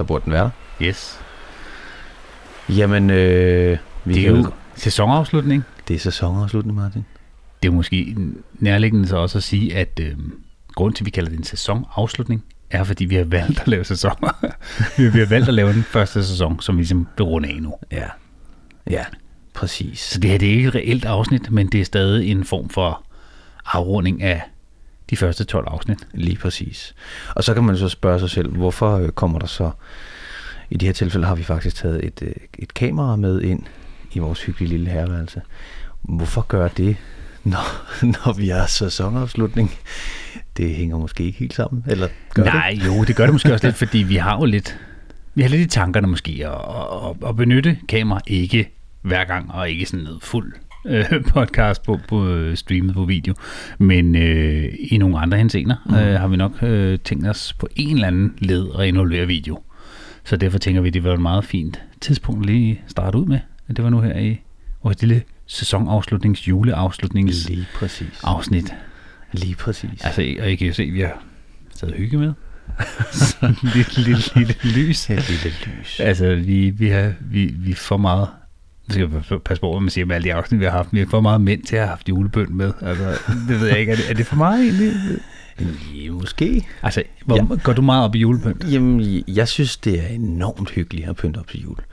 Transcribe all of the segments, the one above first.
så burde den være der. Yes. Jamen, det er jo sæsonafslutning. Det er sæsonafslutning, Martin. Det er måske nærliggende så også at sige, at grunden til, at vi kalder det en sæsonafslutning, er fordi vi har valgt at lave sæsoner. vi har valgt at lave den første sæson, som vi ligesom vil runde af nu. Ja, præcis. Så det her det er ikke et reelt afsnit, men det er stadig en form for afrunding af de første 12 afsnit. Lige præcis. Og så kan man så spørge sig selv, hvorfor kommer der så... I det her tilfælde har vi faktisk taget et kamera med ind i vores hyggelige lille herreværelse. Hvorfor gør det, når vi har sæsonafslutning? Det hænger måske ikke helt sammen, eller gør det? Nej, jo, det gør det måske også lidt, fordi vi har lidt i tankerne måske at benytte kamera, ikke hver gang, og ikke sådan noget fuld podcast på streamet på video, men i nogle andre henseender har vi nok tænkt os på en eller anden led at involvere video. Så derfor tænker vi, det var et meget fint tidspunkt lige at starte ud med. Det var nu her i vores lille juleafslutnings Lige præcis. Afsnit. Lige præcis. Altså, og I kan jo se, at vi har taget hygge med. Sådan lille lys. Et lille lys. Altså, vi får meget... Nu skal jeg passe på, hvad man siger med alle de afsnit, vi har haft. Vi har for meget mænd til at have haft julebøn med. Altså, det ved jeg ikke. Er det for meget egentlig? Ja, måske. Altså, går du meget op i julebøn? Jamen, jeg synes, det er enormt hyggeligt at pynte op til jul.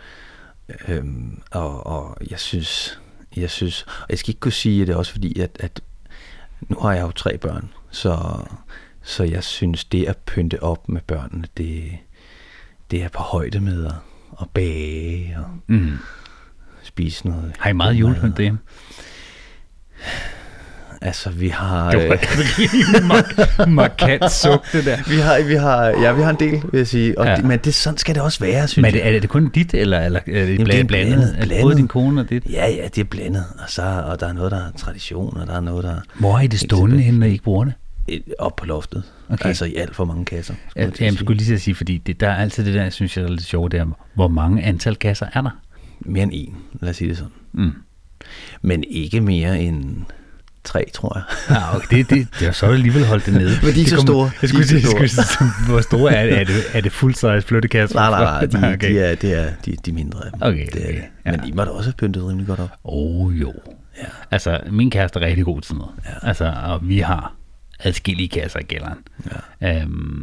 Og jeg synes, og jeg skal ikke kunne sige det også, fordi at nu har jeg jo 3 børn, så jeg synes, det at pynte op med børnene, det er på højde med at bage og spise noget. Har I meget julebøn derhjemme? Altså, vi har... Det var et markant suk, det der. Vi har en del, vil jeg sige. Og men sådan skal det også være, synes jeg. Men er det kun dit, eller er det blandet? Både din kone og dit? Ja, det er blandet. Og der er noget, der er tradition, og der er noget, der... Hvor er I det stående henne, når I ikke bruger det? Op på loftet. Okay. Altså i alt for mange kasser. Jeg skulle lige til at sige, fordi der er altid det der, synes jeg er lidt sjovt, der, hvor mange antal kasser er der? Mere end 1, lad os sige det sådan. Men ikke mere end 3, tror jeg. Ja, okay, det er så alligevel holdt det nede. Men de er ikke så store. Jeg skulle sige, hvor store er det full-size flyttekasser? Nej, de er mindre af dem. Okay. Ja. Men I må da også have pyntet rimelig godt op. Jo. Ja. Altså, min kæreste er rigtig god til noget. Ja. Altså, og vi har adskillige kasser i kælderen. Ja.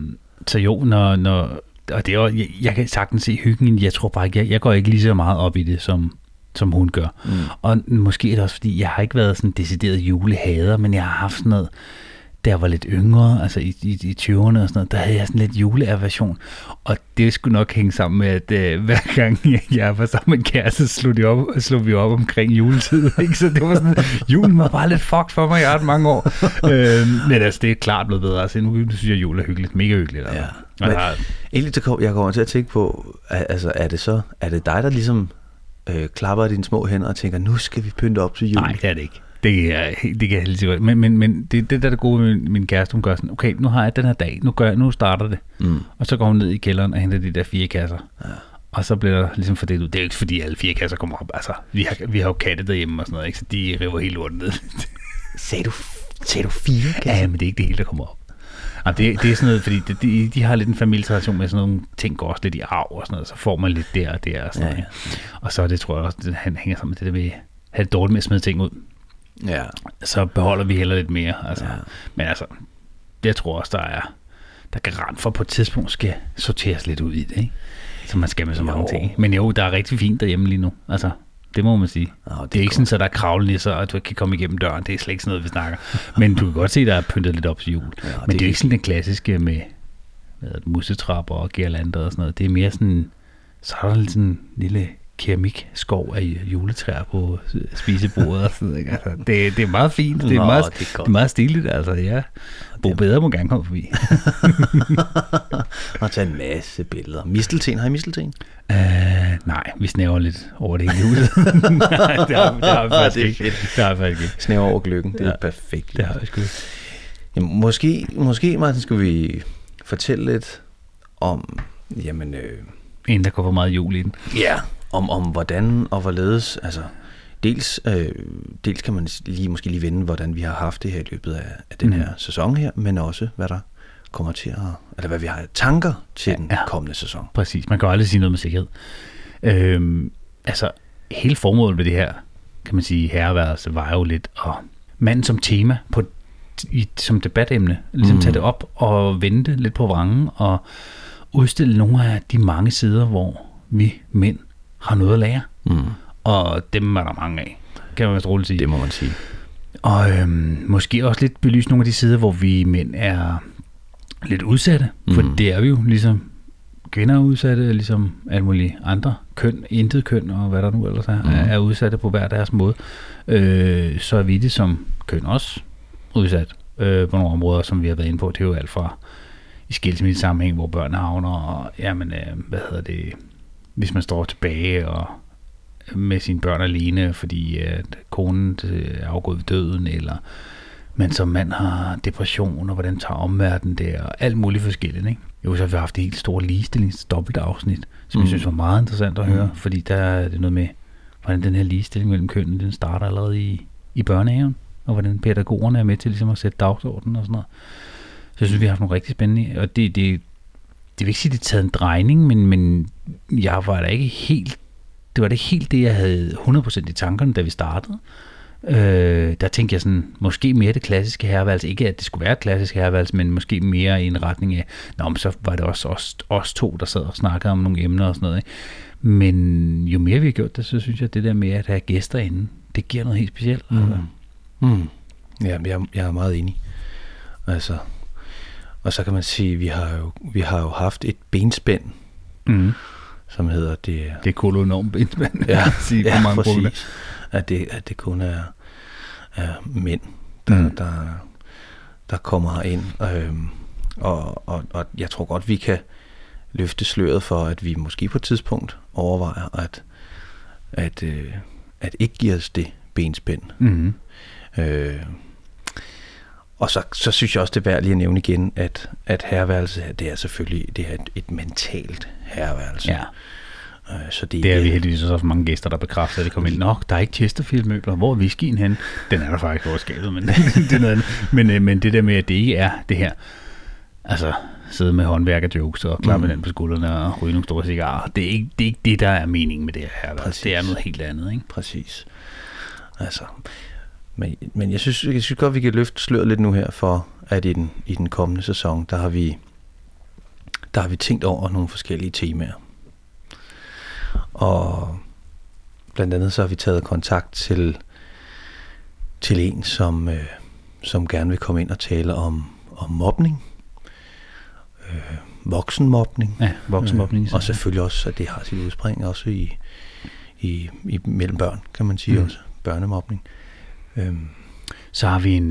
Så jo, og det er jo, jeg kan sagtens se hyggen. Jeg tror bare ikke, jeg går ikke lige så meget op i det, som hun gør. Og måske er det også, fordi jeg har ikke været sådan decideret julehader, men jeg har haft sådan noget, da jeg var lidt yngre, altså i 20'erne og sådan noget, der havde jeg sådan lidt juleaversion. Og det skulle nok hænge sammen med, at hver gang jeg var sammen med en kæreste, slog vi op omkring juletid. Ikke? Så det var sådan, julen var bare lidt fucked for mig i ret mange år. Men altså, det er klart blevet bedre. Altså, nu synes jeg, jul er hyggeligt, mega hyggeligt. Altså. Ja. Men egentlig, jeg kommer til at tænke på, altså, er det dig, der ligesom klapper dine små hænder og tænker, nu skal vi pynte op til jul? Nej, det er det ikke. Det kan jeg helt sikkert. Men det der er gode med min kæreste, hun gør sådan, okay, nu har jeg den her dag, nu starter det. Og så går hun ned i kælderen og henter de der 4 kasser. Ja. Og så bliver der ligesom fordelt ud. Det er jo ikke fordi alle 4 kasser kommer op. Altså, vi har jo katte derhjemme og sådan noget, ikke? Så de river helt lorten ned. Sagde du 4 kasser? Ja, men det er ikke det hele, der kommer op. Og det er sådan noget, fordi de har lidt en familietradition med sådan nogle ting, går også lidt i arv og sådan noget, så får man lidt der og der og sådan noget. Og så det tror jeg også, han hænger sammen med det der med at have det dårligt med at smide ting ud. Ja. Så beholder vi heller lidt mere. Altså. Ja. Men altså, jeg tror også, der garant for på et tidspunkt skal sorteres lidt ud i det, ikke? Så man skal med så mange ting. Men jo, der er rigtig fint derhjemme lige nu. Altså, det må man sige. Det er ikke sådan, at der er kravlenisser, og du kan komme igennem døren. Det er slet ikke sådan noget, vi snakker. Men du kan godt se, at der er pyntet lidt op til jul. Ja, men det er jo ikke sådan den klassiske med musetrapper og girlander og sådan noget. Det er mere sådan, så er der lidt sådan en lille keramikskov af juletræer på spisebordet og sådan noget. Altså, det er meget fint. Det er meget stiligt, altså, ja. Bo Bedre må gerne komme forbi. Og tage en masse billeder. Mistelten, har I mistelten? Nej, vi snæver lidt over det hele julet. Nej, det har vi faktisk ikke. Det har vi faktisk ikke. Snæver over gløggen, det er perfekt. Det har vi sgu. Jamen, måske, Martin, skulle vi fortælle lidt om, jamen... Inden der går for meget jul i den. Ja, om hvordan og hvorledes, altså... Dels kan man måske lige vende, hvordan vi har haft det her i løbet af den her sæson her, men også, hvad der kommer til at, eller hvad vi har tanker til den kommende sæson. Præcis, man kan jo aldrig sige noget med sikkerhed. Altså, hele formålet ved det her, kan man sige, herreværelse, var jo lidt at manden som tema, som debatemne, ligesom tage det op og vente lidt på vrangen, og udstille nogle af de mange sider, hvor vi mænd har noget at lære. Og dem er der mange af, kan man vist roligt sige. Det må man sige. Og måske også lidt belyse nogle af de sider, hvor vi mænd er lidt udsatte, for det er vi jo, ligesom kvinder er udsatte, ligesom alle mulige andre køn, intet køn og hvad der nu ellers er udsatte på hver deres måde. Så er vi det som køn også udsat på nogle områder, som vi har været inde på. Det er jo alt fra i skilsmissesammenhæng, hvor børn havner, og hvis man står tilbage og med sine børn alene, fordi at konen er afgået ved døden, eller man som mand har depression, og hvordan tager omverdenen det, og alt muligt forskelligt, ikke? Jo, så har vi haft et helt stort ligestillingsdobbeltafsnit, som jeg synes var meget interessant at høre, fordi der er det noget med, hvordan den her ligestilling mellem kønnen, den starter allerede i børnehaven, og hvordan pædagogerne er med til ligesom at sætte dagsordenen og sådan noget. Så jeg synes, vi har haft nogle rigtig spændende, og det vil ikke sige, det taget en drejning, men jeg var da ikke helt, det var da ikke helt det, jeg havde 100% i tankerne, da vi startede. Der tænkte jeg sådan, måske mere det klassiske herreværelse, ikke at det skulle være et klassisk herreværelse, men måske mere i en retning af, men så var det også os to, der sad og snakkede om nogle emner og sådan noget, ikke? Men jo mere vi har gjort det, så synes jeg, at det der med at have gæster inde, det giver noget helt specielt. Ja, jeg er meget enig. Altså, og så kan man sige, vi har jo haft et benspænd, som hedder det. Det er kolonorm benspænd. Ja, sige på mange præcis. At det kun er mænd, der kommer ind. Og jeg tror godt, vi kan løfte sløret for, at vi måske på et tidspunkt overvejer at ikke give os det benspænd. Og så synes jeg også, det er værd lige at nævne igen, at herreværelse, det er selvfølgelig et mentalt herreværelse. Ja. Så det er vi heldigvis også for mange gæster, der bekræfter, at det kommer ind. Nok, der er ikke Chesterfield-møbler. Hvor er whiskyen hen? Den er der faktisk over skabet, men det er noget andet. Men det der med, at det ikke er det her, altså sidde med håndværkerjokes og klappe den på skuldrene og ryge nogle store cigarer. Det er ikke det, der er meningen med det her. Det er noget helt andet, ikke? Præcis. Altså, men jeg synes godt, vi kan løfte sløret lidt nu her for, at i den kommende sæson, der har vi tænkt over nogle forskellige temaer. Og blandt andet så har vi taget kontakt til en, som gerne vil komme ind og tale om mobning. Voksenmobning. Ja, voksenmobning. Og selvfølgelig også, at det har sit udspring også i mellem børn, kan man sige også. Børnemobning. Så har vi en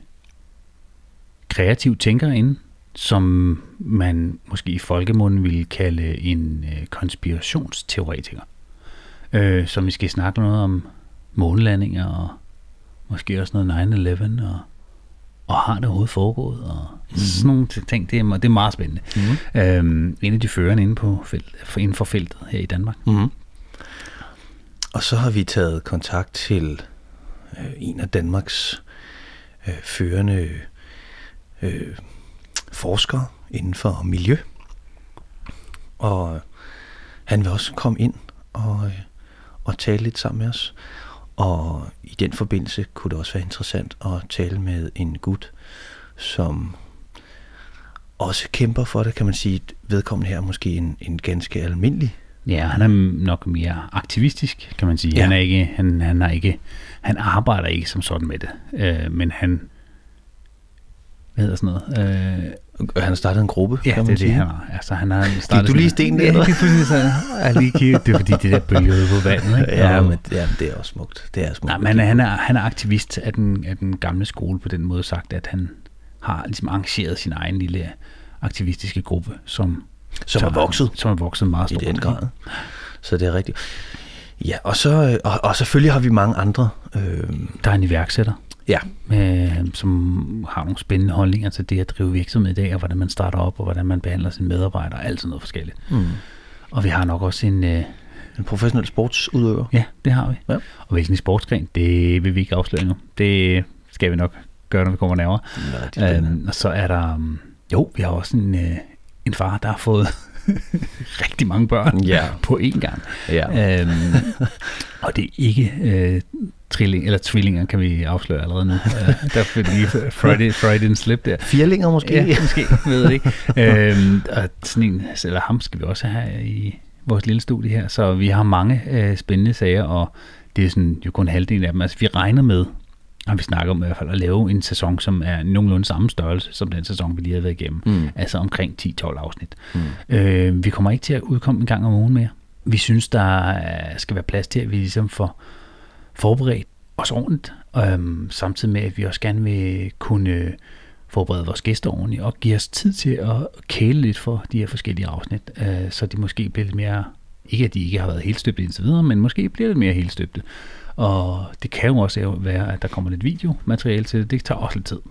kreativ tænker inde, som man måske i folkemunden ville kalde en konspirationsteoretiker. Som vi skal snakke noget om månelandinger og måske også noget 9/11 og har det overhovedet foregået og sådan nogle ting. Det er meget spændende. En af de førende inden for feltet her i Danmark. Og så har vi taget kontakt til en af Danmarks førende forskere inden for miljø. Og han vil også komme ind og tale lidt sammen med os. Og i den forbindelse kunne det også være interessant at tale med en gut, som også kæmper for det, kan man sige. Vedkommende her er måske en ganske almindelig. Ja, han er nok mere aktivistisk, kan man sige. Ja. Han arbejder ikke som sådan med det, men han, hvad hedder sådan noget? Han har startet en gruppe, ja, kan man sige. Det han har. Altså, han har startet. Gik du lige sten der? Ja, det er fordi det der bølger på vandet, ikke? Ja, men det er også smukt. Det er smukt. Nej, men han er aktivist af den gamle skole på den måde sagt, at han har ligesom arrangeret sin egen lille aktivistiske gruppe, som er vokset meget stort. I den grad. Så det er rigtigt. Ja, og selvfølgelig har vi mange andre. Der er en iværksætter. Ja. Som har nogle spændende holdninger til det at drive virksomhed i dag, og hvordan man starter op, og hvordan man behandler sine medarbejdere, og alt sådan noget forskelligt. Og vi har nok også en professionel sportsudøver. Ja, det har vi. Ja. Og hvilken sportsgren, det vil vi ikke afsløre nu. Det skal vi nok gøre, når vi kommer nærmere. Ja, og så er der Jo, vi har også en far, der har fået rigtig mange børn på én gang. Ja. Og det er ikke tvillinger, kan vi afsløre allerede nu. Der får lige Freudian slip der. Firlinger måske? Ja, måske, ved jeg ikke. Og sådan en, eller ham skal vi også have i vores lille studie her. Så vi har mange spændende sager, og det er sådan jo kun halvdelen af dem. Altså vi regner med, og vi snakker om i hvert fald at lave en sæson, som er nogenlunde samme størrelse som den sæson, vi lige har været igennem. Altså omkring 10-12 afsnit. Vi kommer ikke til at udkomme en gang om ugen mere. Vi synes, der skal være plads til, at vi ligesom får forberedt os ordentligt, samtidig med, at vi også gerne vil kunne forberede vores gæster ordentligt, og give os tid til at kæle lidt for de her forskellige afsnit, så de måske bliver lidt mere, ikke at de ikke har været helt støbte indtil videre, men måske bliver lidt mere helt støbte. Og det kan jo også være, at der kommer lidt videomateriale til det. Det tager også lidt tid.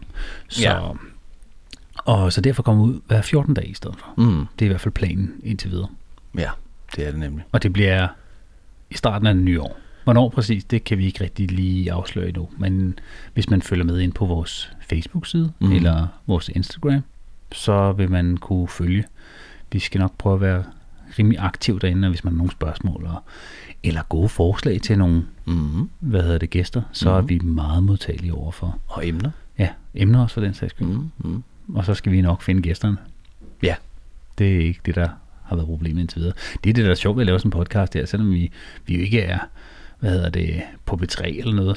Så derfor kommer ud hver 14 dage i stedet for. Det er i hvert fald planen indtil videre. Ja, det er det nemlig. Og det bliver i starten af det nye år. Hvornår præcis, det kan vi ikke rigtig lige afsløre endnu. Men hvis man følger med ind på vores Facebook-side eller vores Instagram, så vil man kunne følge. Vi skal nok prøve at være rimelig aktiv derinde, og hvis man har nogle spørgsmål eller gode forslag til nogle gæster, så er vi meget modtagelige overfor. Og emner? Ja, emner også for den sags skyld. Og så skal vi nok finde gæsterne. Ja. Det er ikke det, der har været problemet indtil videre. Det er det, der er sjovt ved at lave sådan en podcast her, selvom vi jo ikke er på B3 eller noget,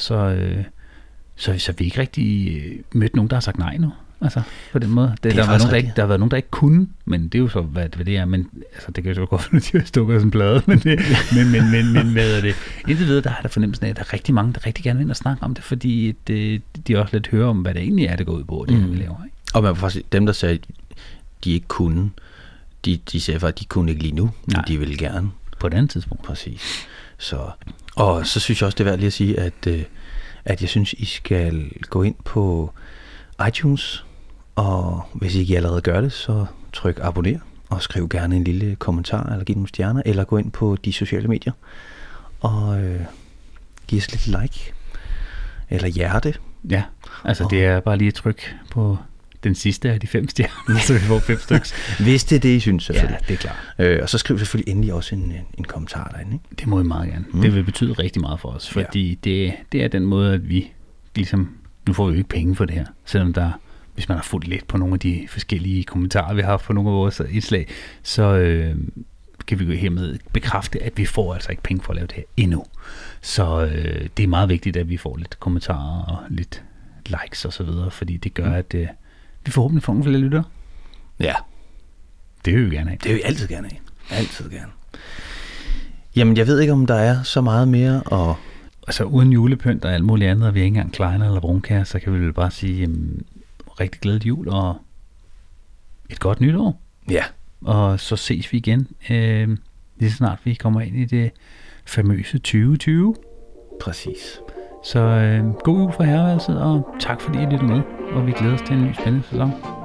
så vi ikke rigtig mødt nogen, der har sagt nej nu. Altså, på den måde. Der har været nogen, der ikke kunne, men det er jo så, hvad det er. Men altså, det kan jo så godt være, at de har stukket sådan en plade. Men hvad er det? Indtil videre, der har der fornemmelsen af, at der er rigtig mange, der rigtig gerne vil ind og snakke om det, fordi de også lidt hører om, hvad det egentlig er, det går ud på, det vi laver. Ikke? Og man faktisk, dem, der sagde, de ikke kunne, de sagde faktisk, at de kunne ikke lige nu, men de ville gerne. På et andet tidspunkt. Præcis. Og så synes jeg også, det er værd lige at sige, at jeg synes, I skal gå ind på iTunes, og hvis I ikke allerede gør det, så tryk abonner, og skriv gerne en lille kommentar, eller giv nogle stjerner, eller gå ind på de sociale medier, og giv os lidt like, eller hjerte. Ja, altså det er bare lige et tryk på den sidste af de 5 stjerner, så vi får 5 stykker. Hvis det er det, I synes, selvfølgelig. Ja, det er klart. Og så skriv selvfølgelig endelig også en kommentar derinde. Ikke? Det må I meget gerne. Det vil betyde rigtig meget for os, fordi det er den måde, at vi ligesom, nu får vi jo ikke penge for det her, selvom hvis man har fulgt lidt på nogle af de forskellige kommentarer, vi har på nogle af vores indslag, så kan vi jo hermed bekræfte, at vi får altså ikke penge for at lave det her endnu. Så det er meget vigtigt, at vi får lidt kommentarer og lidt likes og så videre, fordi det gør, at vi forhåbentlig får nogle flere lyttere. Ja. Det vil vi gerne have. Det vil vi altid gerne have. Altid gerne. Jamen, jeg ved ikke, om der er så meget mere at... Altså, uden julepynt og alt muligt andet, og vi ikke engang kleiner eller brunkager, så kan vi vel bare sige, rigtig glædelig jul og et godt nytår. Ja. Og så ses vi igen, lige så snart vi kommer ind i det famøse 2020. Præcis. Så god jul for herreværelset, og tak fordi I lyttede med, og vi glæder os til en ny spændende sæson.